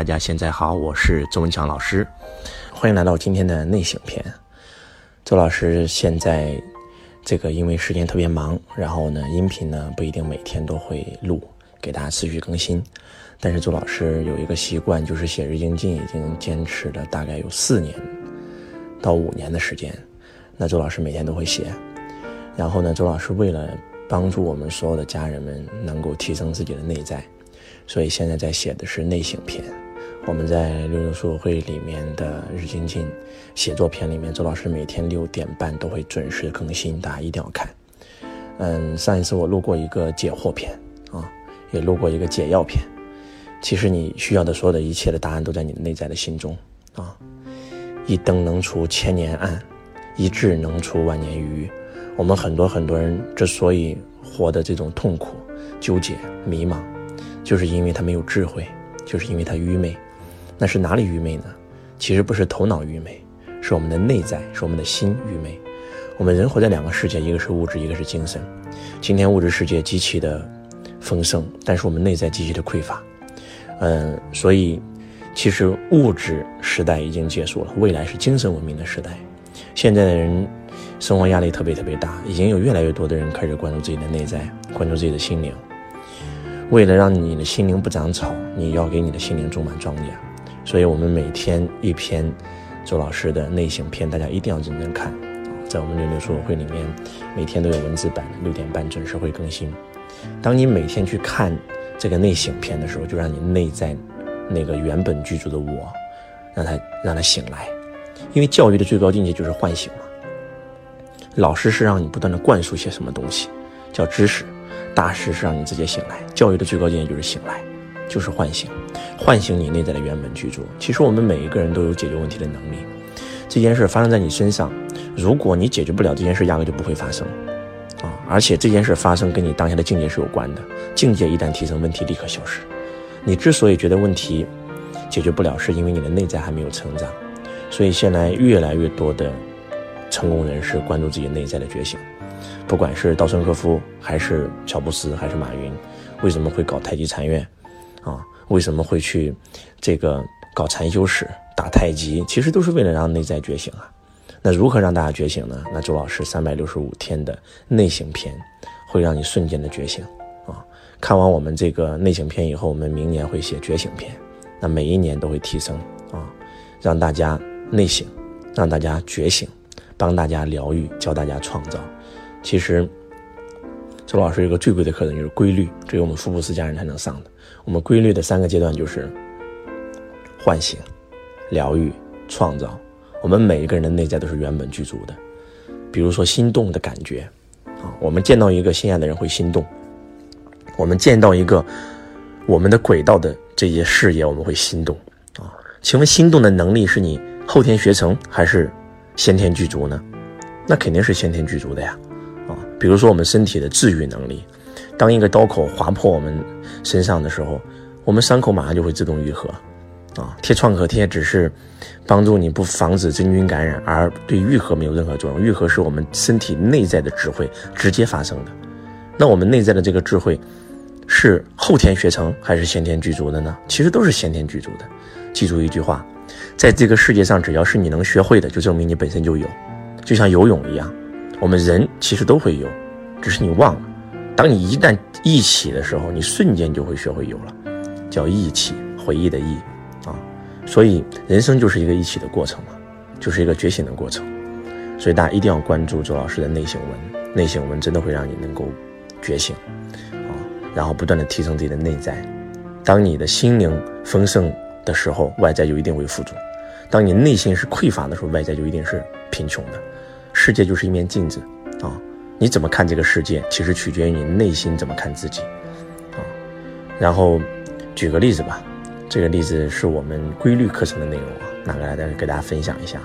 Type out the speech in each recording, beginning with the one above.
大家现在好，我是周文强老师，欢迎来到今天的内省篇。周老师现在因为时间特别忙，然后呢音频呢不一定每天都会录，给大家持续更新。但是周老师有一个习惯，就是写日精进，已经坚持了大概有4年到5年的时间。那周老师每天都会写，然后呢周老师为了帮助我们所有的家人们能够提升自己的内在，所以现在在写的是内省篇。我们在六六书友会里面的日精进写作篇里面，周老师每天6点半都会准时更新，大家一定要看。上一次我录过一个解惑篇也录过一个解药篇。其实你需要的所有的一切的答案都在你的内在的心中一灯能除千年暗，一智能除万年愚。我们很多人之所以活的这种痛苦、纠结、迷茫，就是因为他没有智慧，就是因为他愚昧。那是哪里愚昧呢？其实不是头脑愚昧，是我们的内在，是我们的心愚昧。我们人活在2个世界，一个是物质，一个是精神。今天物质世界极其的丰盛，但是我们内在极其的匮乏。所以其实物质时代已经结束了，未来是精神文明的时代。现在的人生活压力特别大，已经有越来越多的人开始关注自己的内在，关注自己的心灵。为了让你的心灵不长草，你要给你的心灵种满庄稼。所以我们每天一篇周老师的内省篇，大家一定要认真看。在我们六六书友会里面，每天都有文字版的，6点半准时会更新。当你每天去看这个内省篇的时候，就让你内在那个原本居住的我，让他醒来。因为教育的最高境界就是唤醒嘛。老师是让你不断的灌输些什么东西，叫知识；大师是让你直接醒来。教育的最高境界就是醒来，就是唤醒，唤醒你内在的原本居住。其实我们每一个人都有解决问题的能力。这件事发生在你身上，如果你解决不了这件事，压根就不会发生而且这件事发生跟你当下的境界是有关的。境界一旦提升，问题立刻消失。你之所以觉得问题解决不了，是因为你的内在还没有成长。所以现在越来越多的成功人士关注自己内在的觉醒，不管是稻盛和夫还是乔布斯还是马云，为什么会搞太极禅院为什么会去搞禅修史打太极，其实都是为了让内在觉醒那如何让大家觉醒呢？那周老师365天的内省篇会让你瞬间的觉醒看完我们这个内省篇以后，我们明年会写觉醒篇，那每一年都会提升让大家内省，让大家觉醒，帮大家疗愈，教大家创造。其实周老师有个最贵的课程，就是规律，这是我们福布斯家人才能上的。我们规律的3个阶段就是唤醒、疗愈、创造。我们每一个人的内在都是原本具足的。比如说心动的感觉我们见到一个心爱的人会心动，我们见到一个我们的轨道的这些事业，我们会心动请问心动的能力是你后天学成还是先天具足呢？那肯定是先天具足的呀比如说我们身体的治愈能力，当一个刀口划破我们身上的时候，我们伤口马上就会自动愈合贴创可贴只是帮助你不防止真菌感染，而对愈合没有任何作用。愈合是我们身体内在的智慧直接发生的。那我们内在的这个智慧是后天学成还是先天具足的呢？其实都是先天具足的。记住一句话，在这个世界上，只要是你能学会的，就证明你本身就有。就像游泳一样，我们人其实都会游，只是你忘了。当你一旦忆起的时候，你瞬间就会学会游了，叫忆起，回忆的忆所以人生就是一个一起的过程嘛，就是一个觉醒的过程。所以大家一定要关注周老师的内省文，内省文真的会让你能够觉醒然后不断的提升自己的内在。当你的心灵丰盛的时候，外在就一定会富足；当你内心是匮乏的时候，外在就一定是贫穷的。世界就是一面镜子你怎么看这个世界，其实取决于你内心怎么看自己然后举个例子吧，这个例子是我们规律课程的内容拿过来给大家分享一下。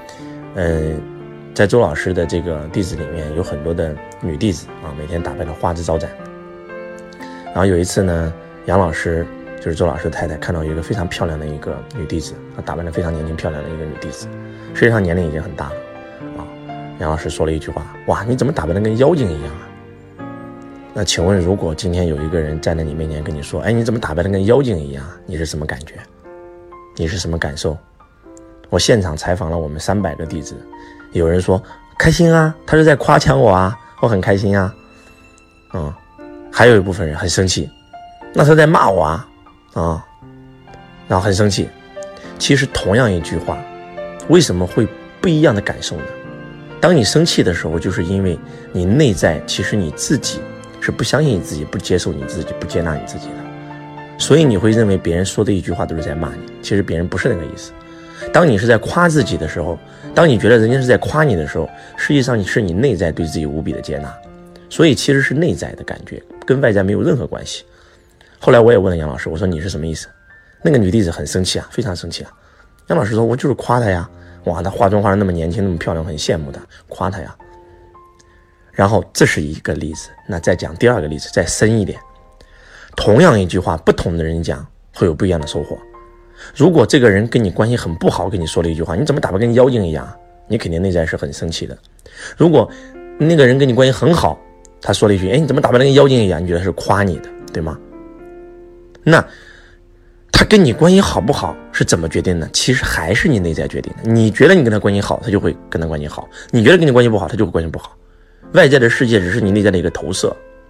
在周老师的这个弟子里面，有很多的女弟子每天打扮得花枝招展。然后有一次呢，杨老师就是周老师的太太，看到一个非常漂亮的一个女弟子，她打扮得非常年轻漂亮的一个女弟子，实际上年龄已经很大了杨老师说了一句话，哇，你怎么打扮得跟妖精一样那请问，如果今天有一个人站在你面前跟你说，哎，你怎么打扮得跟妖精一样，你是什么感觉你是什么感受？我现场采访了我们300个弟子，有人说开心啊，他是在夸奖我啊，我很开心啊。还有一部分人很生气，那他在骂我啊，然后很生气。其实同样一句话，为什么会不一样的感受呢？当你生气的时候，就是因为你内在其实你自己是不相信你自己，不接受你自己，不接纳你自己的，所以你会认为别人说的一句话都是在骂你，其实别人不是那个意思。当你是在夸自己的时候，当你觉得人家是在夸你的时候，实际上是你内在对自己无比的接纳，所以其实是内在的感觉，跟外在没有任何关系。后来我也问了杨老师，我说你是什么意思？那个女弟子很生气啊，非常生气啊。杨老师说我就是夸她呀，哇，她化妆化得那么年轻那么漂亮，很羡慕她，夸她呀。然后这是一个例子，那再讲第二个例子，再深一点。同样一句话，不同的人讲会有不一样的收获。如果这个人跟你关系很不好，跟你说了一句话，你怎么打扮跟妖精一样，你肯定内在是很生气的。如果那个人跟你关系很好，他说了一句你怎么打扮得跟妖精一样，你觉得是夸你的，对吗？那他跟你关系好不好是怎么决定的？其实还是你内在决定的。你觉得你跟他关系好，他就会跟他关系好，你觉得跟你关系不好，他就会关系不好。外在的世界只是你内在的一个投射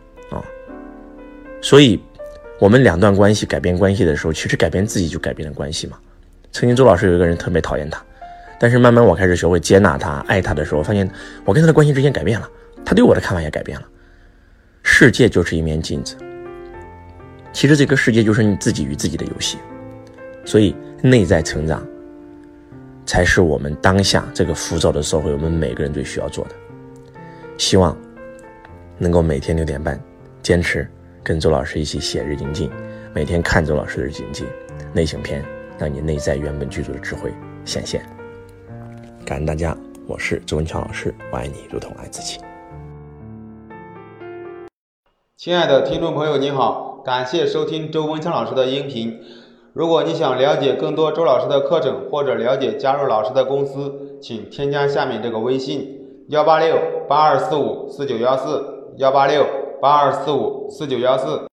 所以我们两段关系改变关系的时候，其实改变自己就改变了关系嘛。曾经周老师有一个人特别讨厌他，但是慢慢我开始学会接纳他、爱他的时候，发现我跟他的关系之间改变了，他对我的看法也改变了。世界就是一面镜子，其实这个世界就是你自己与自己的游戏，所以内在成长才是我们当下这个浮躁的社会我们每个人最需要做的。希望能够每天6点半坚持跟周老师一起写日精进，每天看周老师的日精进内省篇，让你内在原本具足的智慧显现。感恩大家，我是周文强老师，我爱你如同爱自己。 亲爱的听众朋友您好，感谢收听周文强老师的音频。如果你想了解更多周老师的课程，或者了解加入老师的公司，请添加下面这个微信：186-8245-4914，186-8245-4914。